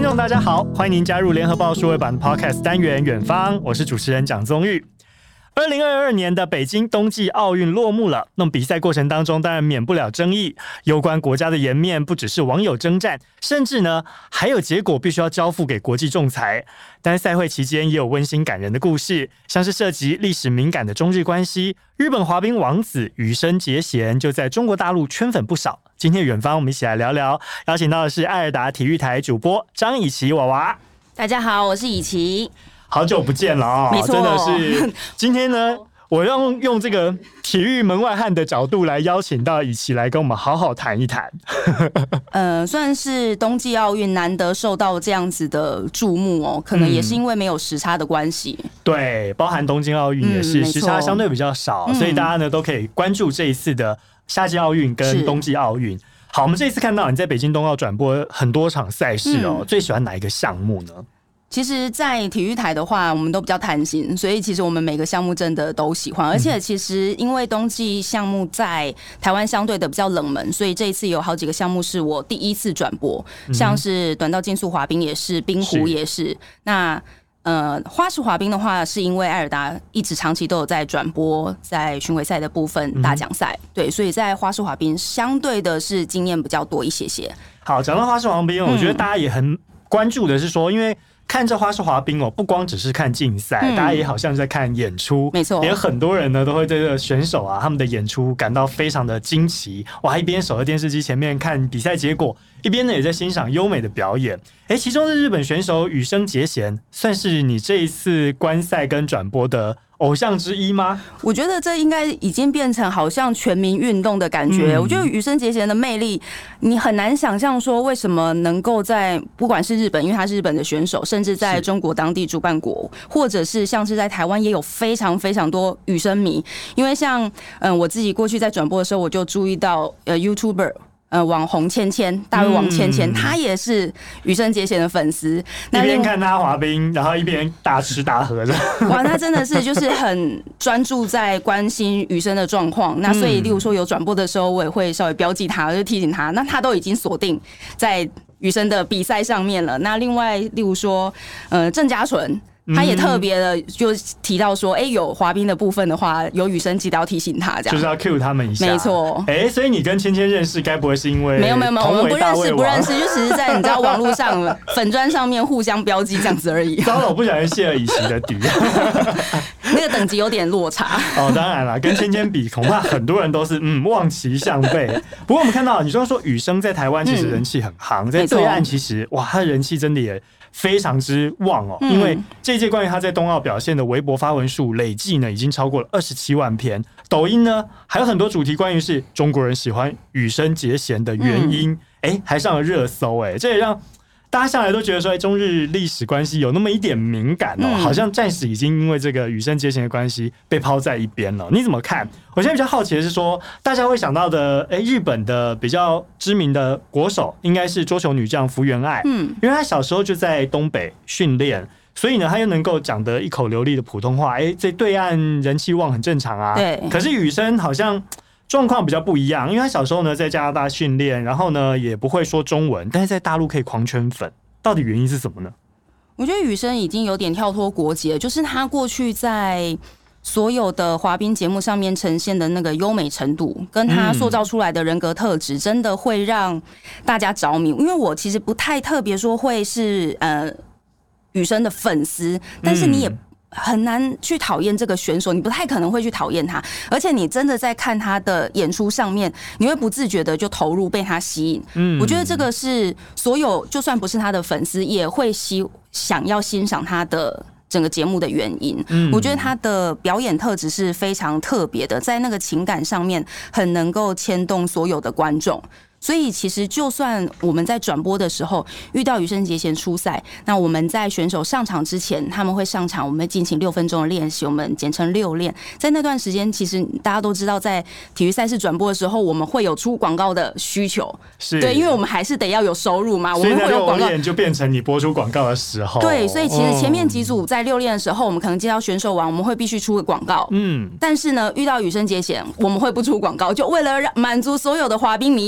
听众大家好，欢迎您加入联合报数位版的 Podcast 单元远方，我是主持人蒋宗玉。2022年的北京冬季奥运落幕了，那么比赛过程当中当然免不了争议，攸关国家的颜面不只是网友征战，甚至呢还有结果必须要交付给国际仲裁。但赛会期间也有温馨感人的故事，像是涉及历史敏感的中日关系，日本滑冰王子羽生结弦就在中国大陆圈粉不少。今天远方我们一起来聊聊，邀请到的是爱尔达体育台主播张以琪娃娃。 大家好，我是以琪。 好久不见了啊、 没错， 真的是今天呢，我用这个体育门外汉的角度来邀请到以琪来跟我们好好谈一谈。 算是冬季奥运难得受到这样子的注目哦，可能也是因为没有时差的关系。 对，包含东京奥运也是、时差相对比较少，所以大家呢都可以关注这一次的夏季奥运跟冬季奥运。好，我们这一次看到你在北京冬奥转播很多场赛事哦，最喜欢哪一个项目呢？ 其实，在体育台的话，我们都比较贪心，所以其实我们每个项目真的都喜欢。而且，其实因为冬季项目在台湾相对的比较冷门，所以这一次有好几个项目是我第一次转播，像是短道竞速滑冰也是，冰壶也是。那花式滑冰的话，是因为爱尔达一直长期都有在转播在巡回赛的部分大奖赛，对，所以在花式滑冰相对的是经验比较多一些些。 好，讲到花式滑冰，我觉得大家也很关注的是说，因为看这花式滑冰哦，不光只是看竞赛，大家也好像在看演出， 没错。 连很多人呢都会对这个选手啊他们的演出感到非常的惊奇。哇，一边守在电视机前面看比赛结果，一边呢也在欣赏优美的表演。其中的日本选手羽生结弦，算是你这一次观赛跟转播的偶像之一吗？ 我觉得这应该已经变成好像全民运动的感觉。我觉得羽生结弦的魅力，你很难想象说为什么能够在不管是日本，因为他是日本的选手，甚至在中国当地主办国，或者是像是在台湾也有非常非常多羽生迷。因为像我自己过去在转播的时候，我就注意到YouTuber。网红芊芊，大胃王芊芊，她也是羽生结弦的粉丝。 一边看她滑冰，然后一边大吃大喝的。 哇，她真的是就是很专注在关心羽生的状况。那所以，例如说有转播的时候，我也会稍微标记她，就提醒她。那她都已经锁定在羽生的比赛上面了。那另外，例如说，郑家纯。他也特别的就提到说，有滑冰的部分的话，有羽生记得要提醒他，这样就是要 cue 他们一下。 没错。 所以你跟芊芊认识，该不会是因为没有，我们不认识，就只是在你知道网络上粉专上面互相标记这样子而已。 糟了，我不小心泄了以琪的底， 那个等级有点落差。 哦，当然了，跟芊芊比，恐怕很多人都是望其项背。不过我们看到，你说羽生在台湾其实人气很夯，在对岸其实哇，他的人气真的也非常之旺哦，因为这一届关于他在冬奥表现的微博发文数累计呢，已经超过了27万篇。抖音呢还有很多主题关于是中国人喜欢羽生结弦的原因，还上了热搜，这也让大家向来都觉得说，中日历史关系有那么一点敏感哦，好像暂时已经因为这个羽生结弦的关系被抛在一边了。你怎么看？我现在比较好奇的是说，大家会想到的，日本的比较知名的国手应该是桌球女将福原爱，因为她小时候就在东北训练，所以呢，她又能够讲得一口流利的普通话，在对岸人气旺很正常啊。 对。 可是羽生好像状况比较不一样，因为他小时候呢在加拿大训练，然后呢也不会说中文，但是在大陆可以狂圈粉，到底原因是什么呢？ 我觉得羽生已经有点跳脱国籍了，就是他过去在所有的滑冰节目上面呈现的那个优美程度，跟他塑造出来的人格特质，真的会让大家着迷。因为我其实不太特别说会是羽生的粉丝，但是你也很难去讨厌这个选手，你不太可能会去讨厌他，而且你真的在看他的演出上面，你会不自觉的就投入被他吸引。我觉得这个是所有就算不是他的粉丝也会想要欣赏他的整个节目的原因。我觉得他的表演特质是非常特别的，在那个情感上面很能够牵动所有的观众。所以其实就算我们在转播的时候遇到羽生结弦出赛，那我们在选手上场之前，他们会上场，我们会进行6分钟的练习，我们简称6练。在那段时间，其实大家都知道，在体育赛事转播的时候，我们会有出广告的需求，对，因为我们还是得要有收入嘛，我们会有广告， 所以6练就变成你播出广告的时候。 对，所以其实前面几组在6练的时候，我们可能接到选手完，我们会必须出个广告，但是呢，遇到羽生结弦，我们会不出广告，就为了满足所有的滑冰迷要看好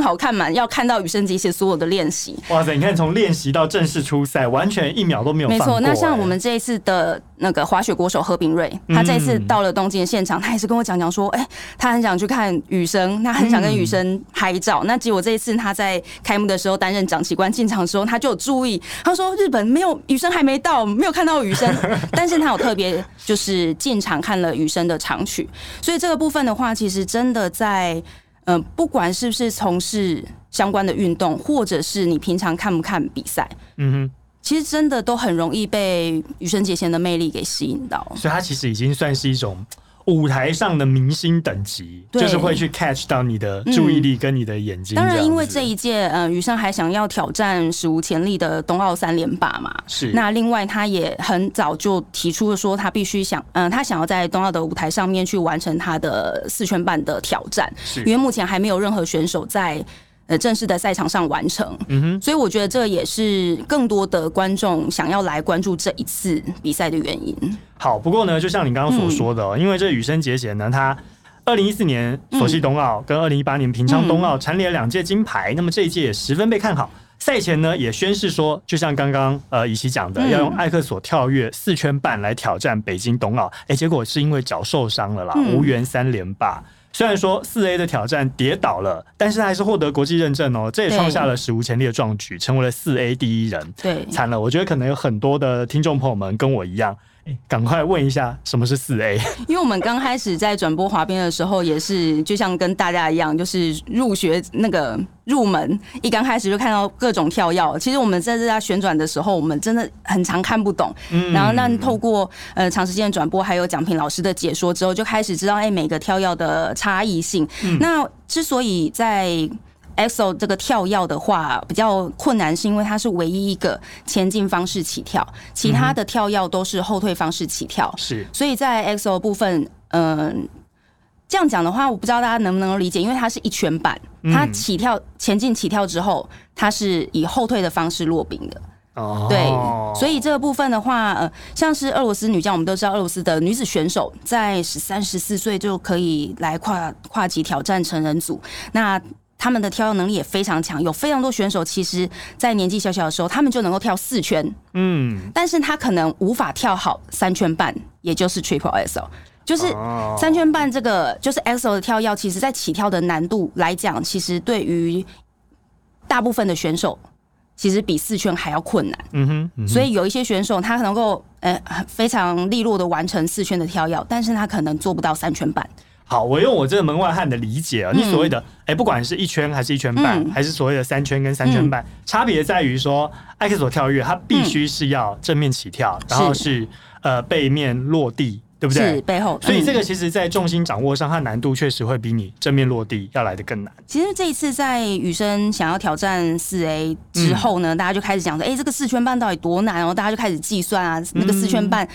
好看满，要看到羽生结弦所有的练习。 哇塞，你看从练习到正式出赛，完全1秒都没有放过。 没错，那像我们这一次的那个滑雪国手何炳瑞，他这一次到了东京的现场，他也是跟我讲说，他很想去看羽生，他很想跟羽生拍照。那结果这一次他在开幕的时候担任掌旗官进场的时候，他就有注意，他说日本没有羽生还没到，没有看到羽生，但是他有特别就是进场看了羽生的长曲，所以这个部分的话，其实真的在不管是不是从事相关的运动，或者是你平常看不看比赛，其实真的都很容易被羽生结弦的魅力给吸引到， 所以他其实已经算是一种舞台上的明星等级，就是会去 catch 到你的注意力跟你的眼睛。 当然，因为这一届羽生还想要挑战史无前例的冬奥3连霸嘛， 是。 那另外他也很早就提出了说，他必须他想要在冬奥的舞台上面去完成他的4圈半的挑战，因为目前还没有任何选手在正式的赛场上完成，所以我觉得这也是更多的观众想要来关注这一次比赛的原因。 好，不过呢，就像你刚刚所说的，因为这羽生结弦呢，他2014年索契冬奥跟2018年平昌冬奥蝉联2届金牌，那么这一届也十分被看好。赛前呢也宣示说，就像刚刚以琪讲的，要用艾克索跳跃4圈半来挑战北京冬奥，结果是因为脚受伤了啦，无缘3连霸。虽然说4A 的挑战跌倒了，但是还是获得国际认证哦，这也创下了史无前例的壮举，成为了4A 第一人。 对， 惨了，我觉得可能有很多的听众朋友们跟我一样，赶快问一下什么是4A？ 因为我们刚开始在转播滑冰的时候，也是就像跟大家一样，就是入门，一刚开始就看到各种跳跃。其实我们在这旋转的时候，我们真的很常看不懂。然后那透过长时间的转播，还有蒋平老师的解说之后，就开始知道每个跳跃的差异性。那之所以在EXO 这个跳跃的话比较困难，是因为它是唯一一个前进方式起跳，其他的跳跃都是后退方式起跳。 是， 所以在 EXO 部分，这样讲的话，我不知道大家能不能理解，因为它是1圈半，它前进起跳之后，它是以后退的方式落冰的。对，所以这个部分的话，像是俄罗斯女将，我们都知道俄罗斯的女子选手在13、14岁就可以来跨级挑战成人组，那他们的跳跃能力也非常强，有非常多选手其实在年纪小小的时候，他们就能够跳4圈，但是他可能无法跳好3圈半，也就是 Triple EXO。就是3圈半这个就是 EXO 的跳跃，其实在起跳的难度来讲，其实对于大部分的选手，其实比4圈还要困难。所以有一些选手他能够非常利落的完成4圈的跳跃，但是他可能做不到3圈半。 好，我用我这个门外汉的理解啊，你所谓的不管是1圈还是1圈半，还是所谓的3圈跟3圈半，差别在于说艾克索跳跃它必须是要正面起跳，然后是背面落地。对不对？ 是背后， 所以这个其实在重心掌握上，它难度确实会比你正面落地要来得更难。 其实这一次在羽生想要挑战4A 之后呢，大家就开始讲说，这个4圈半到底多难哦？大家就开始计算啊，那个4圈半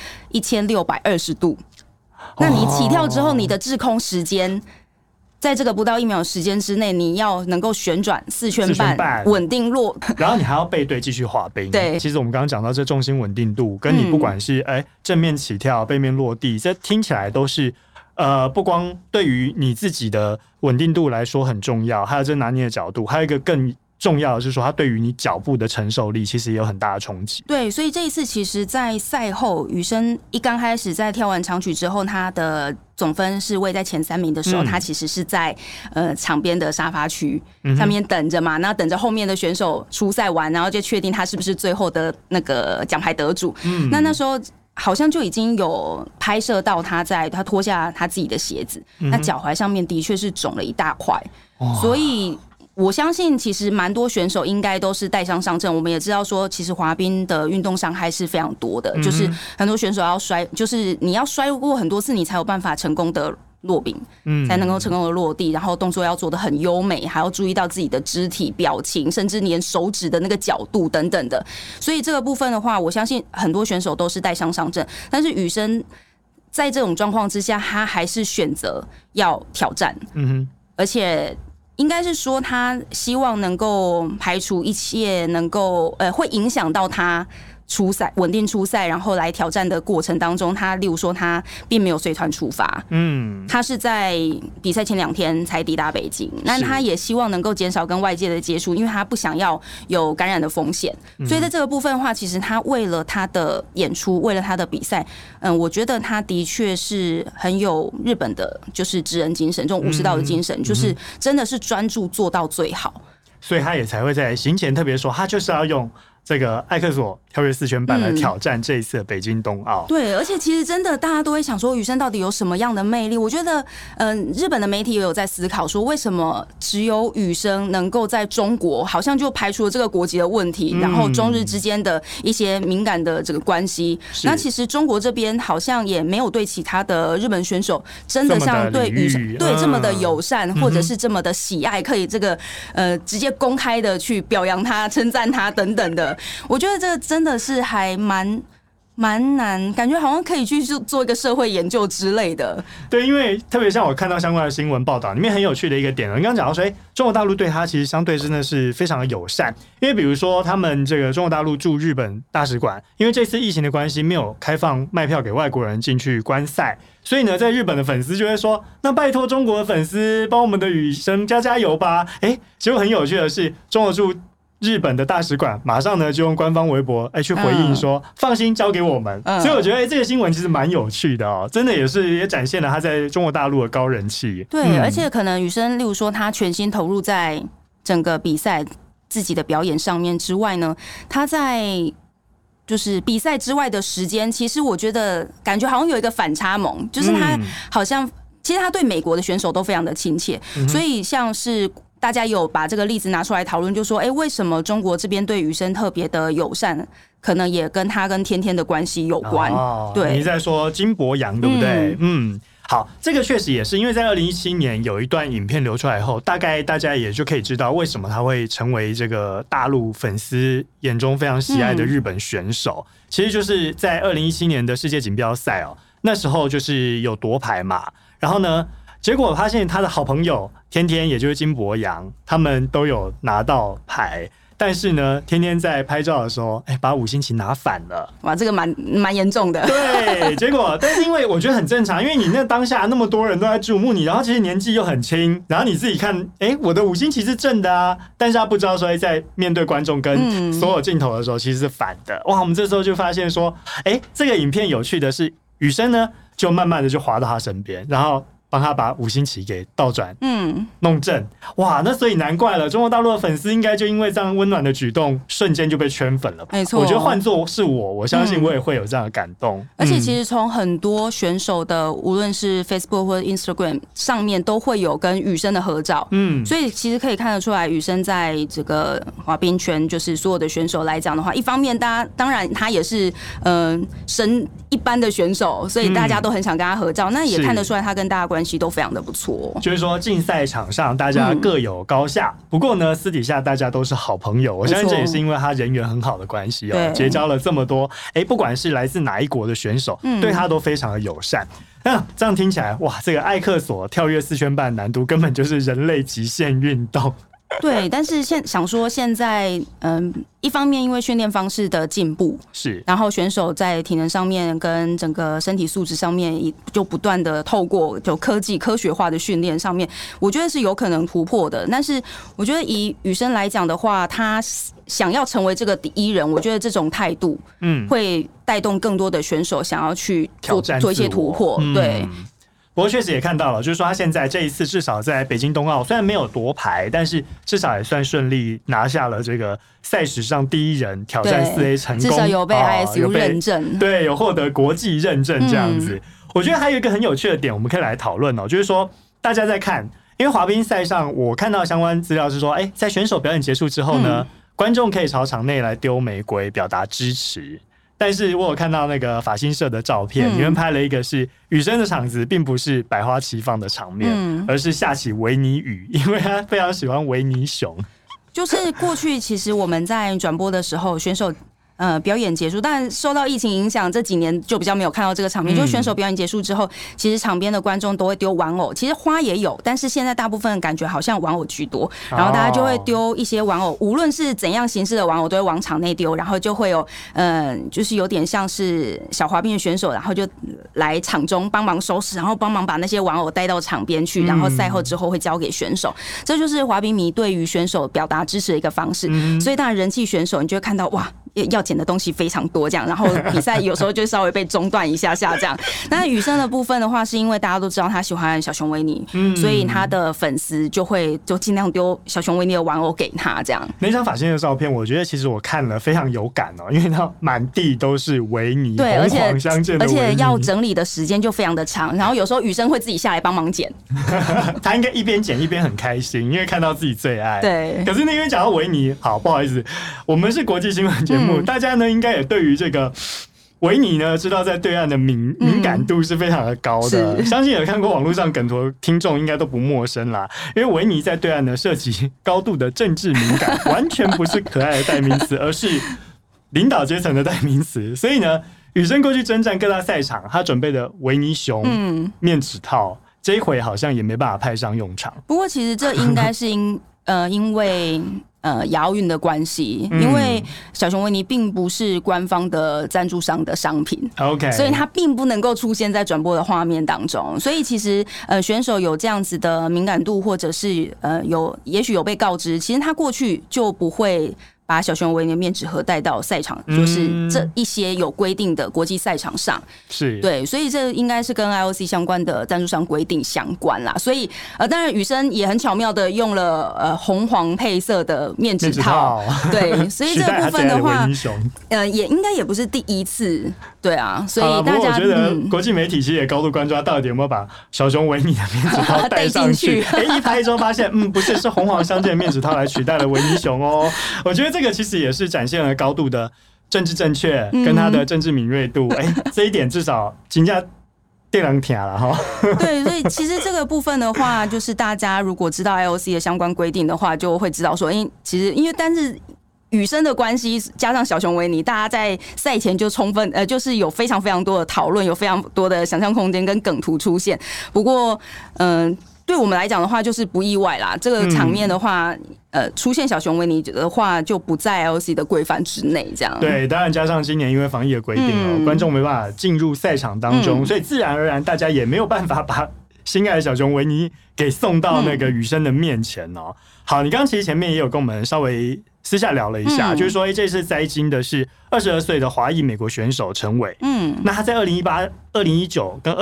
1620度，那你起跳之后，你的滞空时间。在这个不到1秒的时间之内，你要能够旋转4圈半，稳定落， 然后你还要背对继续滑冰。 对， 其实我们刚刚讲到这重心稳定度，跟你不管是正面起跳、背面落地，这听起来都是不光对于你自己的稳定度来说很重要，还有这拿捏的角度，还有一个更重要的是说，它对于你脚步的承受力其实也有很大的冲击。 对，所以这一次其实，在赛后，羽生一刚开始在跳完长曲之后，他的总分是位在前3名的时候，他其实是在场边的沙发区上面等着嘛，那等着后面的选手出赛完，然后就确定他是不是最后的那个奖牌得主。那时候好像就已经有拍摄到他脱下他自己的鞋子，那脚踝上面的确是肿了一大块，所以。我相信其实蛮多选手应该都是带伤上阵。我们也知道说，其实滑冰的运动伤害是非常多的，就是很多选手要摔，就是你要摔过很多次，你才有办法成功的落冰，才能够成功的落地，然后动作要做得很优美，还要注意到自己的肢体表情，甚至连手指的那个角度等等的。所以这个部分的话，我相信很多选手都是带伤上阵，但是羽生在这种状况之下，他还是选择要挑战，而且。应该是说，他希望能够排除一切能够会影响到他出赛，稳定出赛，然后来挑战的过程当中，他例如说他并没有随团出发，他是在比赛前2天才抵达北京，那他也希望能够减少跟外界的接触，因为他不想要有感染的风险，所以在这个部分的话，其实他为了他的演出，为了他的比赛，我觉得他的确是很有日本的就是职人精神，这种武士道的精神，就是真的是专注做到最好， 所以他也才会在行前特别说，他就是要用这个艾克索跳跃4圈半来挑战这一次的北京冬奥。 对，而且其实真的大家都会想说，羽生到底有什么样的魅力？我觉得，日本的媒体也有在思考说，为什么只有羽生能够在中国，好像就排除了这个国籍的问题，然后中日之间的一些敏感的这个关系。那其实中国这边好像也没有对其他的日本选手真的像对羽生这么的友善，或者是这么的喜爱，可以这个直接公开的去表扬他、称赞他等等的。我觉得这真的是还蛮难，感觉好像可以去做一个社会研究之类的。 对，因为特别像我看到相关的新闻报道，里面很有趣的一个点，你刚刚讲到说，中国大陆对他其实相对真的是非常的友善，因为比如说他们这个中国大陆驻日本大使馆，因为这次疫情的关系，没有开放卖票给外国人进去观赛，所以呢，在日本的粉丝就会说，那拜托中国的粉丝帮我们的羽生加油吧。结果很有趣的是，中国驻日本的大使馆马上呢就用官方微博去回应说，放心交给我们。所以我觉得这个新闻其实蛮有趣的哦，真的也展现了他在中国大陆的高人气。 对，而且可能羽生例如说他全心投入在整个比赛自己的表演上面之外呢，他在就是比赛之外的时间，其实我觉得感觉好像有一个反差萌，就是他好像其实他对美国的选手都非常的亲切，所以像是大家有把这个例子拿出来讨论，就说，为什么中国这边对羽生特别的友善？可能也跟他跟天天的关系有关。对， 你在说金博洋对不对？好，这个确实也是因为在2017年有一段影片流出来后，大概大家也就可以知道为什么他会成为这个大陆粉丝眼中非常喜爱的日本选手。其实就是在2017年的世界锦标赛那时候就是有夺牌嘛，然后呢，结果发现他的好朋友天天，也就是金博洋，他们都有拿到牌。但是呢，天天在拍照的时候，把5星旗拿反了。 哇，这个蛮严重的。 对，结果，但是因为我觉得很正常，因为你那当下那么多人都在注目你，然后其实年纪又很轻，然后你自己看，我的5星旗是正的啊，但是他不知道说在面对观众跟所有镜头的时候，其实是反的。哇，我们这时候就发现说，这个影片有趣的是，羽生呢就慢慢的就滑到他身边，然后帮他把5星旗给倒转，弄正。哇，那所以难怪了，中国大陆的粉丝应该就因为这样温暖的举动，瞬间就被圈粉了吧。 没错， 我觉得换作是我相信我也会有这样的感动。 而且其实从很多选手的无论是 Facebook 或者 Instagram 上面都会有跟羽生的合照，所以其实可以看得出来，羽生在这个滑冰圈就是所有的选手来讲的话，一方面当然他也是神一般的选手，所以大家都很想跟他合照，那也看得出来他跟大家关系都非常的不错。 就是说竞赛场上大家各有高下，不过呢私底下大家都是好朋友。我相信这也是因为他人缘很好的关系结交了这么多不管是来自哪一国的选手，对他都非常的友善。那这样听起来，哇，这个艾克索跳跃4圈半难度根本就是人类极限运动。 对，但是想说现在，一方面因为训练方式的进步， 是， 然后选手在体能上面跟整个身体素质上面，就不断的透过就科学化的训练上面，我觉得是有可能突破的。但是我觉得以羽生来讲的话，他想要成为这个第一人，我觉得这种态度，会带动更多的选手想要去做一些突破，对。 不过确实也看到了，就是说他现在这一次至少在北京冬奥虽然没有夺牌，但是至少也算顺利拿下了这个赛史上第一人挑战4A 成功， 至少有被 ISU 认证， 对，有获得国际认证这样子。我觉得还有一个很有趣的点，我们可以来讨论就是说大家在看，因为滑冰赛上我看到相关资料是说，在选手表演结束之后呢，观众可以朝场内来丢玫瑰表达支持。但是我有看到那个法新社的照片，里面拍了一个是羽生的场子，并不是百花齐放的场面，而是下起维尼雨，因为他非常喜欢维尼熊。 就是过去其实我们在转播的时候，选手表演结束，但受到疫情影响，这几年就比较没有看到这个场面。就是选手表演结束之后，其实场边的观众都会丢玩偶，其实花也有，但是现在大部分感觉好像玩偶居多，然后大家就会丢一些玩偶，无论是怎样形式的玩偶，都会往场内丢，然后就会有就是有点像是小滑冰的选手，然后就来场中帮忙收拾，然后帮忙把那些玩偶带到场边去，然后赛后之后会交给选手。这就是滑冰迷对于选手表达支持的一个方式。所以当然人气选手，你就会看到哇，要捡的东西非常多，这样，然后比赛有时候就稍微被中断一下下这样。但是羽生的部分的话，是因为大家都知道他喜欢小熊维尼，所以他的粉丝就尽量丢小熊维尼的玩偶给他这样。 那张法新的照片，我觉得其实我看了非常有感哦，因为他满地都是维尼， 对， 红黄相间的维尼， 而且要整理的时间就非常的长，然后有时候羽生会自己下来帮忙捡。 他应该一边捡一边很开心，因为看到自己最爱。 对。 可是那边讲到维尼，好不好意思，我们是国际新闻节目，大家呢应该也对于这个维尼呢知道在对岸的敏感度是非常的高的，相信有看过网络上梗图的听众应该都不陌生啦。因为维尼在对岸呢涉及高度的政治敏感，完全不是可爱的代名词，而是领导阶层的代名词。所以呢，羽生过去征战各大赛场，他准备的维尼熊面纸套，这一回好像也没办法派上用场。 不过其实这应该是因为亚奥运的关系，因为小熊维尼并不是官方的赞助商的商品 ，OK， 所以它并不能够出现在转播的画面当中。所以其实选手有这样子的敏感度，或者是也许有被告知，其实他过去就不会把小熊维尼的面纸盒带到赛场，就是这一些有规定的国际赛场上， 是对，所以这应该是跟 IOC 相关的赞助商规定相关啦。所以当然羽生也很巧妙的用了红黄配色的面纸套，对，所以这个部分的话，也应该也不是第一次，对啊，所以大家我觉得国际媒体其实也高度关注他到底有没有把小熊维尼的面纸套带上去，一拍之后发现不是，是红黄相间的面纸套来取代了维尼熊哦。我觉得这个其实也是展现了高度的政治正确跟他的政治敏锐度，这一点至少真的电人听了哈。 对，所以其实这个部分的话，就是大家如果知道 IOC 的相关规定的话，就会知道说，其实因为但是羽生的关系加上小熊维尼，大家在赛前就充分就是有非常非常多的讨论，有非常多的想象空间跟梗图出现。不过对我们来讲的话，就是不意外啦。这个场面的话，出现小熊维尼的话，就不在 LC 的规范之内。这样对，当然加上今年因为防疫的规定观众没办法进入赛场当中，所以自然而然大家也没有办法把心爱的小熊维尼给送到那个羽生的面前哦。好，你刚刚其实前面也有跟我们稍微私下聊了一下，就是说，这次摘金的是22岁的华裔美国选手陈伟。那他在2018、2019跟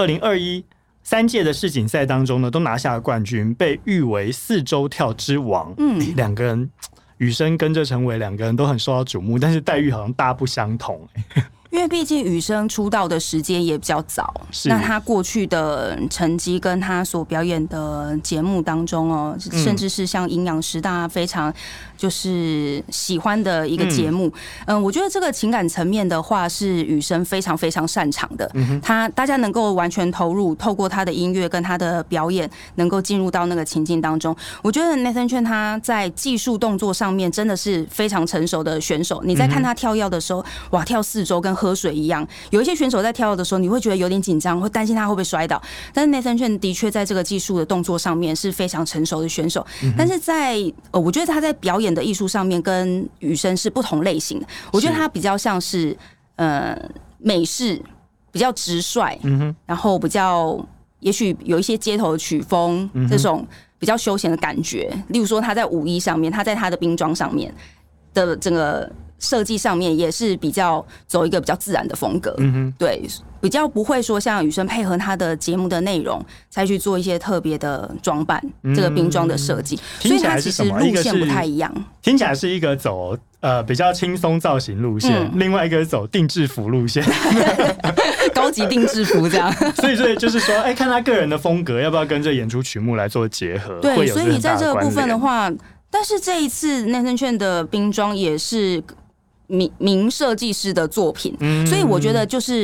2021。3届的世锦赛当中呢，都拿下了冠军，被誉为4周跳之王。两个人，羽生跟着陈伟两个人都很受到瞩目，但是待遇好像大不相同。 因为毕竟羽生出道的时间也比较早，那他过去的成绩跟他所表演的节目当中甚至是像营养师大家非常就是喜欢的一个节目，我觉得这个情感层面的话是羽生非常非常擅长的，大家能够完全投入，透过他的音乐跟他的表演，能够进入到那个情境当中。我觉得 Nathan Chen 他在技术动作上面真的是非常成熟的选手。你在看他跳跃的时候，哇，跳4周跟喝水一样。有一些选手在跳跃的时候，你会觉得有点紧张，会担心他会不会摔倒。但是 Nathan Chen 的确在这个技术的动作上面是非常成熟的选手。但是在我觉得他在表演的艺术上面跟羽生是不同类型的。我觉得他比较像是美式，比较直率，然后比较也许有一些街头的曲风，这种比较休闲的感觉。例如说他在舞衣上面，他在他的冰装上面的整个设计上面也是比较走一个比较自然的风格，对，比较不会说像羽生配合他的节目的内容才去做一些特别的装扮，这个冰装的设计，所以它其实路线不太一样。听起来是一个走比较轻松造型路线，另外一个走定制服路线， 高级定制服这样。 所以就是说，看他个人的风格要不要跟这演出曲目来做结合？ 对，所以你在这个部分的话，但是这一次Nathan Chen的冰装也是名设计师的作品，所以我觉得就是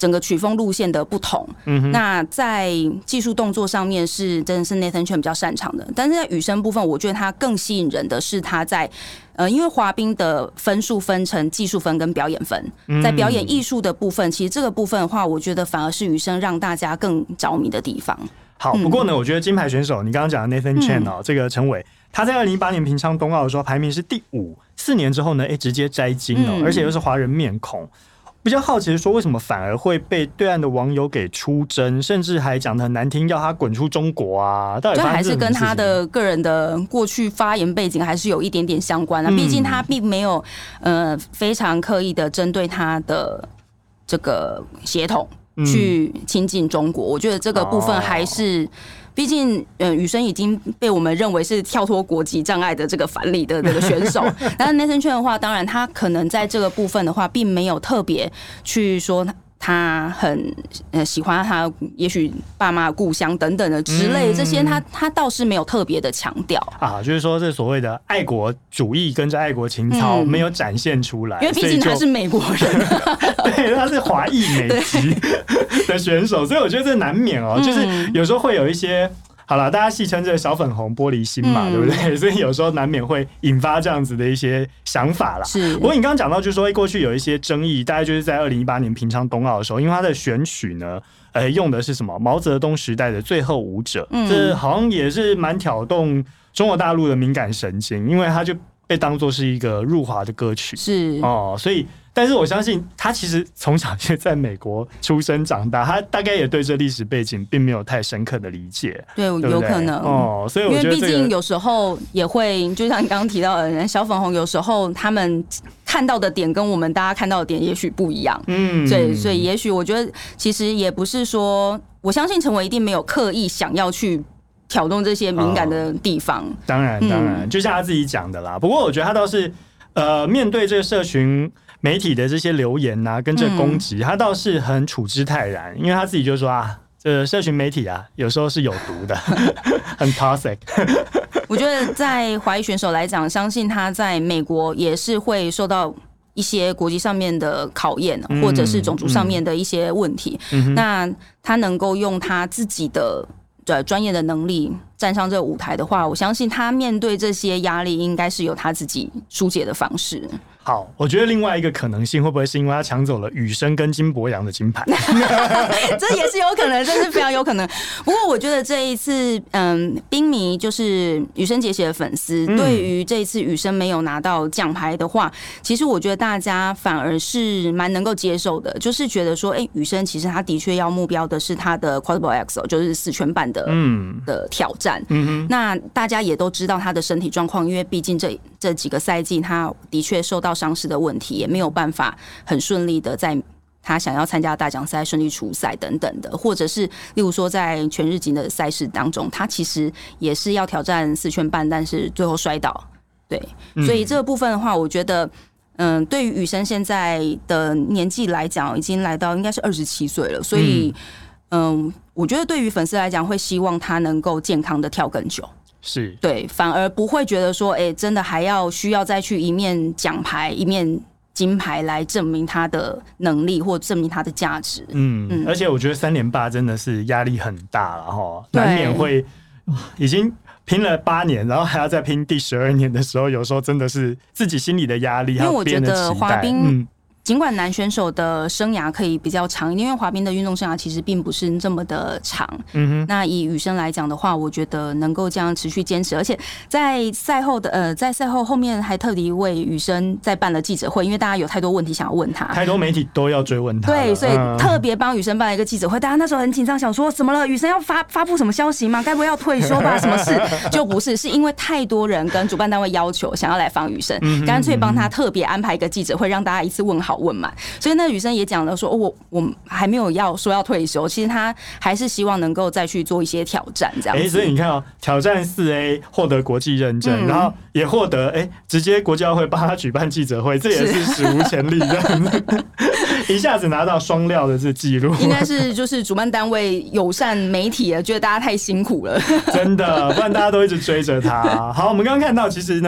整个曲风路线的不同，那在技术动作上面是真的是 Nathan Chen 比较擅长的，但是在羽生部分，我觉得他更吸引人的是他在因为滑冰的分数分成技术分跟表演分，在表演艺术的部分，其实这个部分的话，我觉得反而是羽生让大家更着迷的地方。 好，不过呢，我觉得金牌选手，你刚刚讲的 Nathan Chen 这个陈伟，他在2018年平昌冬奥的时候排名是第5，4年之后呢，直接摘金而且又是华人面孔。比较好奇的说，为什么反而会被对岸的网友给出征，甚至还讲得很难听，要他滚出中国啊？到底这还发生什么事情？ 是跟他的个人的过去发言背景还是有一点点相关的。毕竟他并没有非常刻意的针对他的这个血统去亲近中国。我觉得这个部分还是。毕竟，羽生已经被我们认为是跳脱国籍障碍的这个反例的这个选手。但是 Nathan Chen 的话，当然他可能在这个部分的话，并没有特别去说他很喜欢他，也许爸妈故乡等等的之类的这些，他倒是没有特别的强调啊，就是说这所谓的爱国主义跟着爱国情操没有展现出来， 因为毕竟他是美国人， 对，他是华裔美籍的选手，所以我觉得这难免就是有时候会有一些。好了，大家戏称这个小粉红玻璃心嘛，对不对？所以有时候难免会引发这样子的一些想法啦。 是。 不过你刚刚讲到，就是说过去有一些争议，大概就是在2018年平昌冬奥的时候，因为他的选曲呢，用的是什么毛泽东时代的最后舞者，这好像也是蛮挑动中国大陆的敏感神经，因为他就被当作是一个入华的歌曲， 是所以。但是我相信他其实从小就在美国出生长大，他大概也对这历史背景并没有太深刻的理解， 对，有可能所以我觉得因为毕竟有时候也会，就像你刚刚提到的，小粉红有时候他们看到的点跟我们大家看到的点也许不一样，所以也许我觉得其实也不是说，我相信陈伟一定没有刻意想要去挑动这些敏感的地方， 当然，就像他自己讲的啦。不过我觉得他倒是面对这个社群。媒体的这些留言啊，跟这攻击，他倒是很处之泰然，因为他自己就说啊，这社群媒体啊，有时候是有毒的，很 toxic。 我觉得在华裔选手来讲，相信他在美国也是会受到一些国际上面的考验，或者是种族上面的一些问题。那他能够用他自己的专业的能力站上这个舞台的话，我相信他面对这些压力，应该是有他自己疏解的方式。 好，我觉得另外一个可能性会不会是因为他抢走了羽生跟金博洋的金牌？ 这也是有可能，这是非常有可能。不过我觉得这一次，冰迷就是羽生结弦的粉丝，对于这一次羽生没有拿到奖牌的话，其实我觉得大家反而是蛮能够接受的，就是觉得说，羽生其实他的确要目标的是他的 Quadruple X， 就是4圈半的挑战。那大家也都知道他的身体状况，因为毕竟这几个赛季他的确受到伤势的问题，也没有办法很顺利的在他想要参加大奖赛顺利出赛等等的，或者是例如说在全日级的赛事当中，他其实也是要挑战4圈半，但是最后摔倒。对，所以这个部分的话，我觉得，对于羽生现在的年纪来讲，已经来到应该是27岁了，所以，我觉得对于粉丝来讲，会希望他能够健康的跳更久。 是对，反而不会觉得说，真的还要需要再去一面奖牌一面金牌来证明他的能力或证明他的价值。 而且我觉得3连霸真的是压力很大了哈，难免会已经拼了8年，然后还要再拼第12年的时候，有时候真的是自己心里的压力，因为我觉得滑冰。尽管男选手的生涯可以比较长，因为滑冰的运动生涯其实并不是这么的长。那以羽生来讲的话，我觉得能够这样持续坚持，而且在赛后后面还特地为羽生再办了记者会，因为大家有太多问题想要问他， 太多媒体都要追问他。 对，所以特别帮羽生办了一个记者会。大家那时候很紧张，想说怎么了？羽生要发布什么消息吗？该不会要退休吧？什么事？就不是，是因为太多人跟主办单位要求想要来访羽生，干脆帮他特别安排一个记者会，让大家一次问好问满。所以那羽生也讲了说，我还没有说要退休，其实他还是希望能够再去做一些挑战，这样子。 所以你看挑战4A 获得国际认证，然后也获得直接国际奥会帮他举办记者会，这也是史无前例这样子，一下子拿到双料的这记录， 应该是就是主办单位友善媒体了，觉得大家太辛苦了， 真的，不然大家都一直追着他。好，我们刚刚看到，其实呢，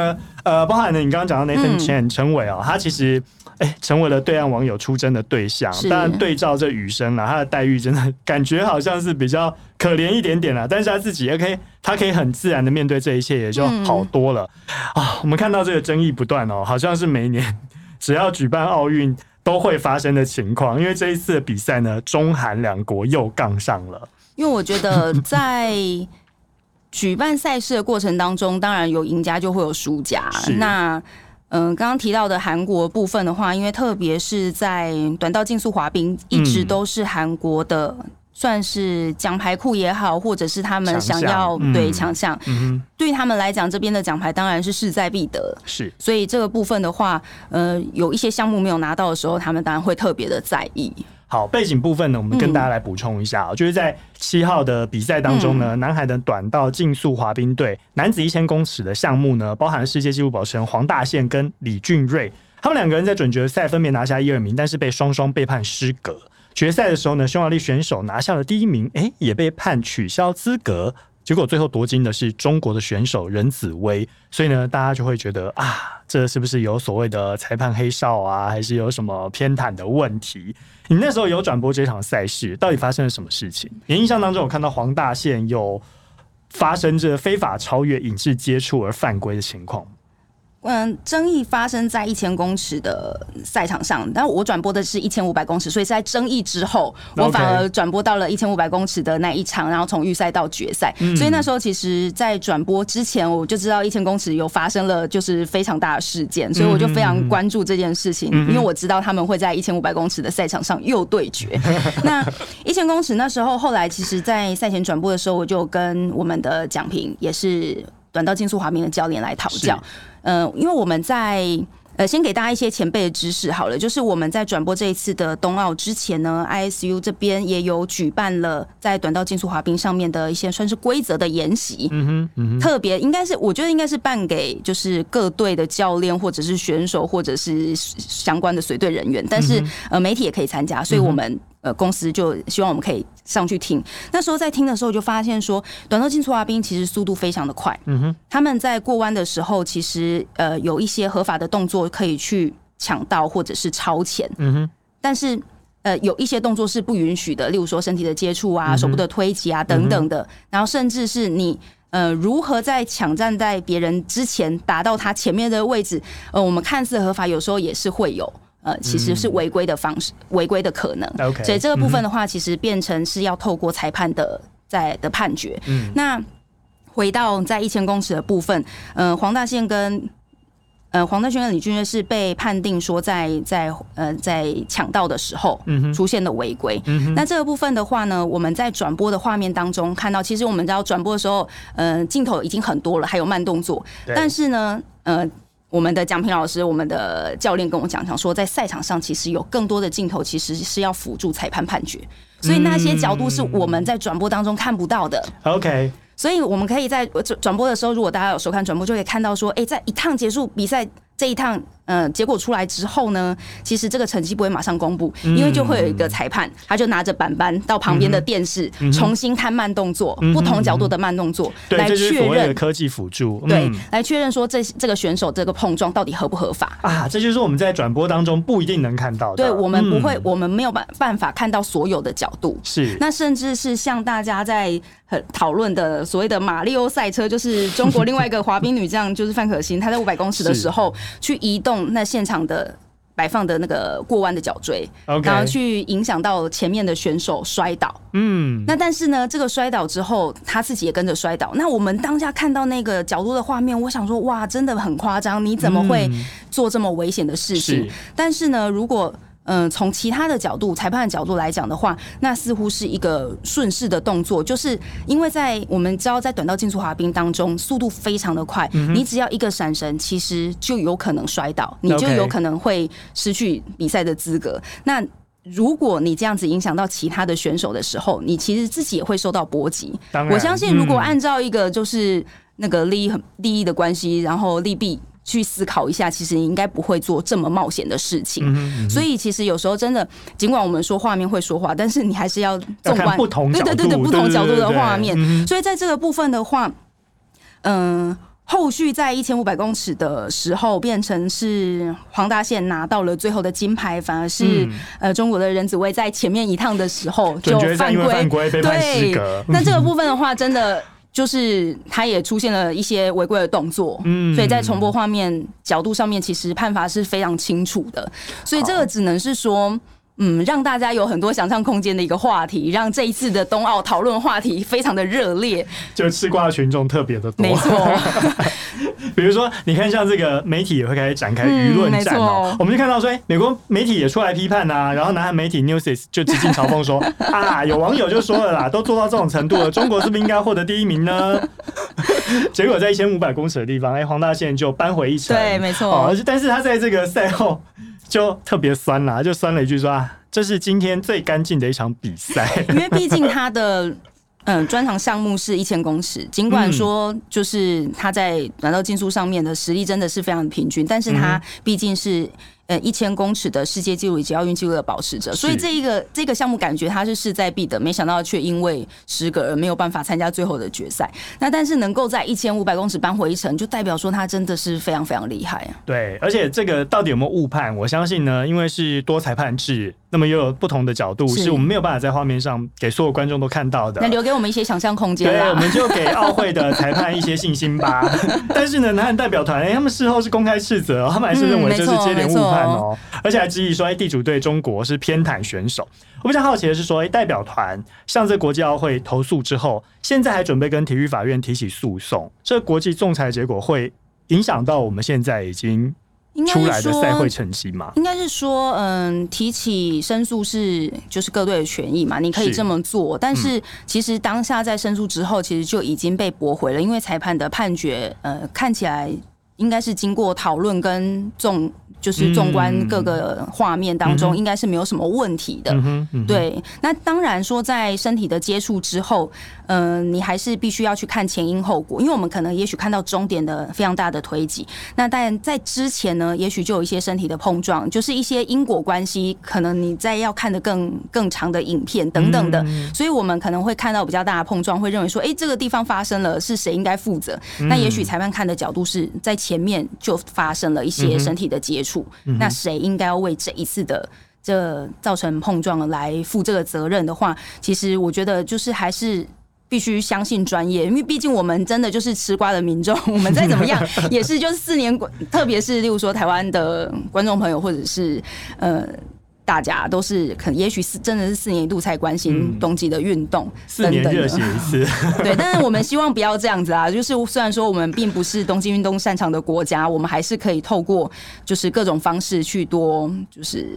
包含了你刚刚讲到 Nathan Chen 陈伟他其实成为了对岸网友出征的对象。当然对照这羽生他的待遇真的感觉好像是比较可怜一点点啦，但是他自己他可以很自然的面对这一切，也就好多了我们看到这个争议不断好像是每年只要举办奥运都会发生的情况。因为这一次的比赛呢，中韩两国又杠上了。 因为我觉得在举办赛事的过程当中，当然有赢家就会有输家。那刚刚提到的韩国部分的话，因为特别是在短道竞速滑冰，一直都是韩国的算是奖牌库也好，或者是他们想要对强项，对于他们来讲，这边的奖牌当然是势在必得。是，所以这个部分的话，有一些项目没有拿到的时候，他们当然会特别的在意。 好，背景部分呢，我们跟大家来补充一下就是在7号的比赛当中呢，南海的短道竞速滑冰队男子1000公尺的项目呢，包含了世界纪录保持人黄大宪跟李俊瑞，他们两个人在准决赛分别拿下1、2名，但是被双双被判失格。决赛的时候呢，匈牙利选手拿下了第1名，也被判取消资格。结果最后夺金的是中国的选手任子威，所以呢，大家就会觉得这是不是有所谓的裁判黑哨还是有什么偏袒的问题？你那时候有转播这场赛事，到底发生了什么事情？你印象当中有看到黄大宪有发生着非法超越影视接触而犯规的情况？ 争议发生在1000公尺的赛场上，但我转播的是1500公尺，所以是在争议之后，我反而转播到了1500公尺的那一场，然后从预赛到决赛。所以那时候其实，在转播之前，我就知道1000公尺有发生了就是非常大的事件，所以我就非常关注这件事情，因为我知道他们会在1500公尺的赛场上又对决。那1000公尺那时候，后来其实，在赛前转播的时候，我就跟我们的蒋平，也是短道竞速滑冰的教练来讨教。因为我们在先给大家一些前辈的知识好了，就是我们在转播这一次的冬奥之前呢 ，ISU 这边也有举办了在短道竞速滑冰上面的一些算是规则的研习，特别应该是我觉得应该是办给就是各队的教练或者是选手或者是相关的随队人员，但是媒体也可以参加，所以我们公司就希望我们可以上去听。那时候在听的时候就发现说，短道竞速滑冰其实速度非常的快，他们在过弯的时候其实有一些合法的动作可以去抢道或者是超前，但是有一些动作是不允许的，例如说身体的接触手部的推挤等等的，然后甚至是你如何在抢占在别人之前达到他前面的位置，我们看似合法，有时候也是会有其实是违规的方式，违规的可能。所以这个部分的话，其实变成是要透过裁判的判决。那回到在1000公尺的部分，黄大宪跟李俊瑞是被判定说在抢道的时候出现的违规。那这个部分的话呢，我们在转播的画面当中看到，其实我们知道转播的时候，镜头已经很多了，还有慢动作，但是呢，我们的蒋平老师，我们的教练跟我讲说，在赛场上其实有更多的镜头，其实是要辅助裁判判决，所以那些角度是我们在转播当中看不到的。 OK。 所以我们可以在转播的时候，如果大家有收看转播，就可以看到说，在一趟结束比赛这一趟结果出来之后呢，其实这个成绩不会马上公布，因为就会有一个裁判，他就拿着板到旁边的电视，重新看慢动作，不同角度的慢动作，来确认科技辅助， 对，来确认说这个选手这个碰撞到底合不合法这就是我们在转播当中不一定能看到的。 对，我们不会，我们没有办法看到所有的角度。 是， 那甚至是像大家在讨论的所谓的马里奥赛车，就是中国另外一个滑冰女将，就是范可新，她在500公尺的时候去移动那现场的摆放的那个过弯的脚锥，然后去影响到前面的选手摔倒。那但是呢，这个摔倒之后，他自己也跟着摔倒。那我们当下看到那个角度的画面，我想说，哇，真的很夸张，你怎么会做这么危险的事情？但是呢，如果从其他的角度，裁判的角度来讲的话，那似乎是一个顺势的动作，就是因为我们知道在短道竞速滑冰当中，速度非常的快，你只要一个闪神，其实就有可能摔倒，你就有可能会失去比赛的资格。那如果你这样子影响到其他的选手的时候，你其实自己也会受到波及。我相信，如果按照一个就是那个利益的关系，然后利弊去思考一下，其实你应该不会做这么冒险的事情。所以其实有时候真的，尽管我们说画面会说话，但是你还是要纵观不同角度， 对不同角度的画面。所以在这个部分的话， 后续在1500公尺的时候，变成是黄大宪拿到了最后的金牌，反而是、中国的任子威在前面一趟的时候就犯规被判失格。 那这个部分的话，真的就是他也出现了一些违规的动作，所以在重播画面角度上面，其实判罚是非常清楚的。所以这个只能是说。让大家有很多想象空间的一个话题，让这一次的冬奥讨论话题非常的热烈， 就吃瓜的群众特别的多。 没错， 比如说，你看像这个媒体也会开始展开舆论战哦。我们就看到说，美国媒体也出来批判啊，然后南韩媒体 Newsis 就极尽嘲讽说啊，有网友就说了啦，都做到这种程度了，中国是不是应该获得第一名呢？结果在1500公尺的地方，黄大宪就扳回一城。 对，没错。 但是他在这个赛后。就特别酸啦，就酸了一句说啊，这是今天最干净的一场比赛。 因为毕竟他的专长项目是1000公尺，尽管说就是他在短道竞速上面的实力真的是非常平均，但是他毕竟是1000公尺的世界纪录以及奥运纪录的保持者，所以这个项目感觉他是势在必得，没想到却因为失格而没有办法参加最后的决赛。那但是能够在1500公尺扳回一城，就代表说他真的是非常非常厉害啊。 对，而且这个到底有没有误判？我相信呢，因为是多裁判制，那么又有不同的角度，是我们没有办法在画面上给所有观众都看到的。 那留给我们一些想象空间啦。 对，我们就给奥会的裁判一些信心吧。但是呢，南韩代表团他们事后是公开斥责，他们还是认为这是接连误判哦，而且还质疑说，地主队中国是偏袒选手。我比较好奇的是说，代表团向这国际奥会投诉之后，现在还准备跟体育法院提起诉讼，这国际仲裁结果会影响到我们现在已经出来的赛会成绩吗？ 应该是说，提起申诉是就是各队的权益嘛，你可以这么做。但是其实当下在申诉之后，其实就已经被驳回了，因为裁判的判决，看起来应该是经过讨论跟就是纵观各个画面当中，应该是没有什么问题的。对，那当然说在身体的接触之后，你还是必须要去看前因后果，因为我们可能也许看到终点的非常大的推挤，那但在之前呢，也许就有一些身体的碰撞，就是一些因果关系，可能你在要看的更长的影片等等的，所以我们可能会看到比较大的碰撞，会认为说，这个地方发生了，是谁应该负责？那也许裁判看的角度是在前面就发生了一些身体的接触。那谁应该要为这一次的这造成碰撞来负这个责任的话，其实我觉得就是还是必须相信专业，因为毕竟我们真的就是吃瓜的民众，我们再怎么样也是就是4年，特别是例如说台湾的观众朋友或者是大家都是可能也许是真的是4年一度才关心冬季的运动 ，4年热血一次。 对，但是我们希望不要这样子啊！就是虽然说我们并不是冬季运动擅长的国家，我们还是可以透过就是各种方式去多就是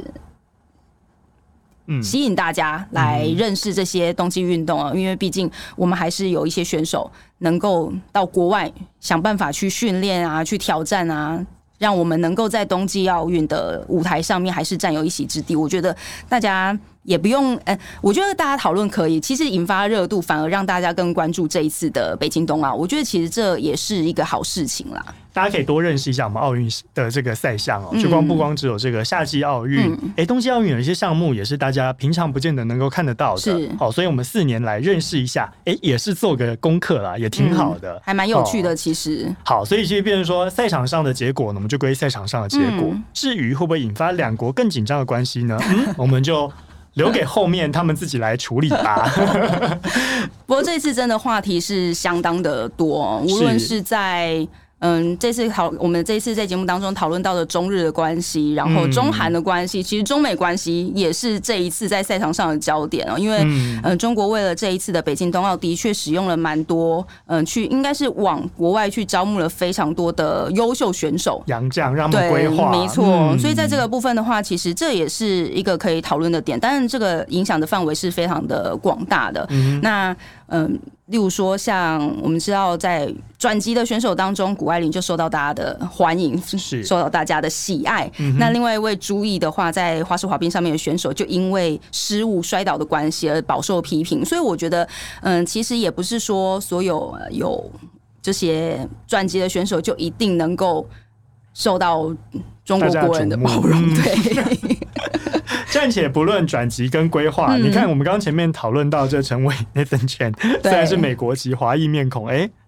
吸引大家来认识这些冬季运动啊，因为毕竟我们还是有一些选手能够到国外想办法去训练啊，去挑战啊。让我们能够在冬季奥运的舞台上面还是占有一席之地，我觉得大家也不用，我觉得大家讨论可以，其实引发热度，反而让大家更关注这一次的北京冬奥，我觉得其实这也是一个好事情啦。 大家可以多认识一下我们奥运的这个赛项哦，就不光只有这个夏季奥运，冬季奥运有一些项目也是大家平常不见得能够看得到的， 是好，所以我们4年来认识一下，也是做个功课啦，也挺好的， 还蛮有趣的，其实。 好，所以其实变成说赛场上的结果呢，我们就归赛场上的结果，至于会不会引发两国更紧张的关系呢？我们就留给后面他们自己来处理吧。 不过这次真的话题是相当的多，无论是在这次我们这一次在节目当中讨论到的中日的关系，然后中韩的关系，其实中美关系也是这一次在赛场上的焦点哦。因为中国为了这一次的北京冬奥，的确使用了蛮多应该是往国外去招募了非常多的优秀选手洋将，让他们规划， 没错。所以在这个部分的话，其实这也是一个可以讨论的点，当然这个影响的范围是非常的广大的。那例如说，像我们知道，在转籍的选手当中，谷爱凌就受到大家的欢迎，受到大家的喜爱。那另外一位朱毅的话，在花式滑冰上面的选手，就因为失误摔倒的关系而饱受批评。所以我觉得，其实也不是说所有有这些转籍的选手就一定能够受到中国国人的包容。对。 暂且不论转籍跟规划，你看我们刚刚前面讨论到这陈伟 Nathan Chen， 虽然是美国籍华裔面孔，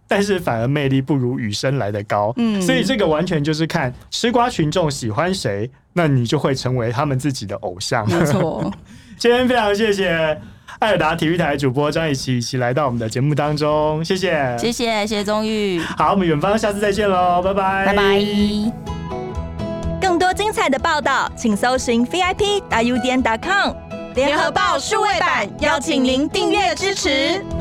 但是反而魅力不如羽生来得高。所以这个完全就是看吃瓜群众喜欢谁，那你就会成为他们自己的偶像。 没错。 今天非常谢谢爱尔达体育台主播张以琪一起来到我们的节目当中，谢谢， 谢谢宗玉。 好，我们远方下次再见喽，拜拜， 拜拜。 更多精彩的报道，请搜寻 VIP.udn.com 联合报数位版，邀请您订阅支持。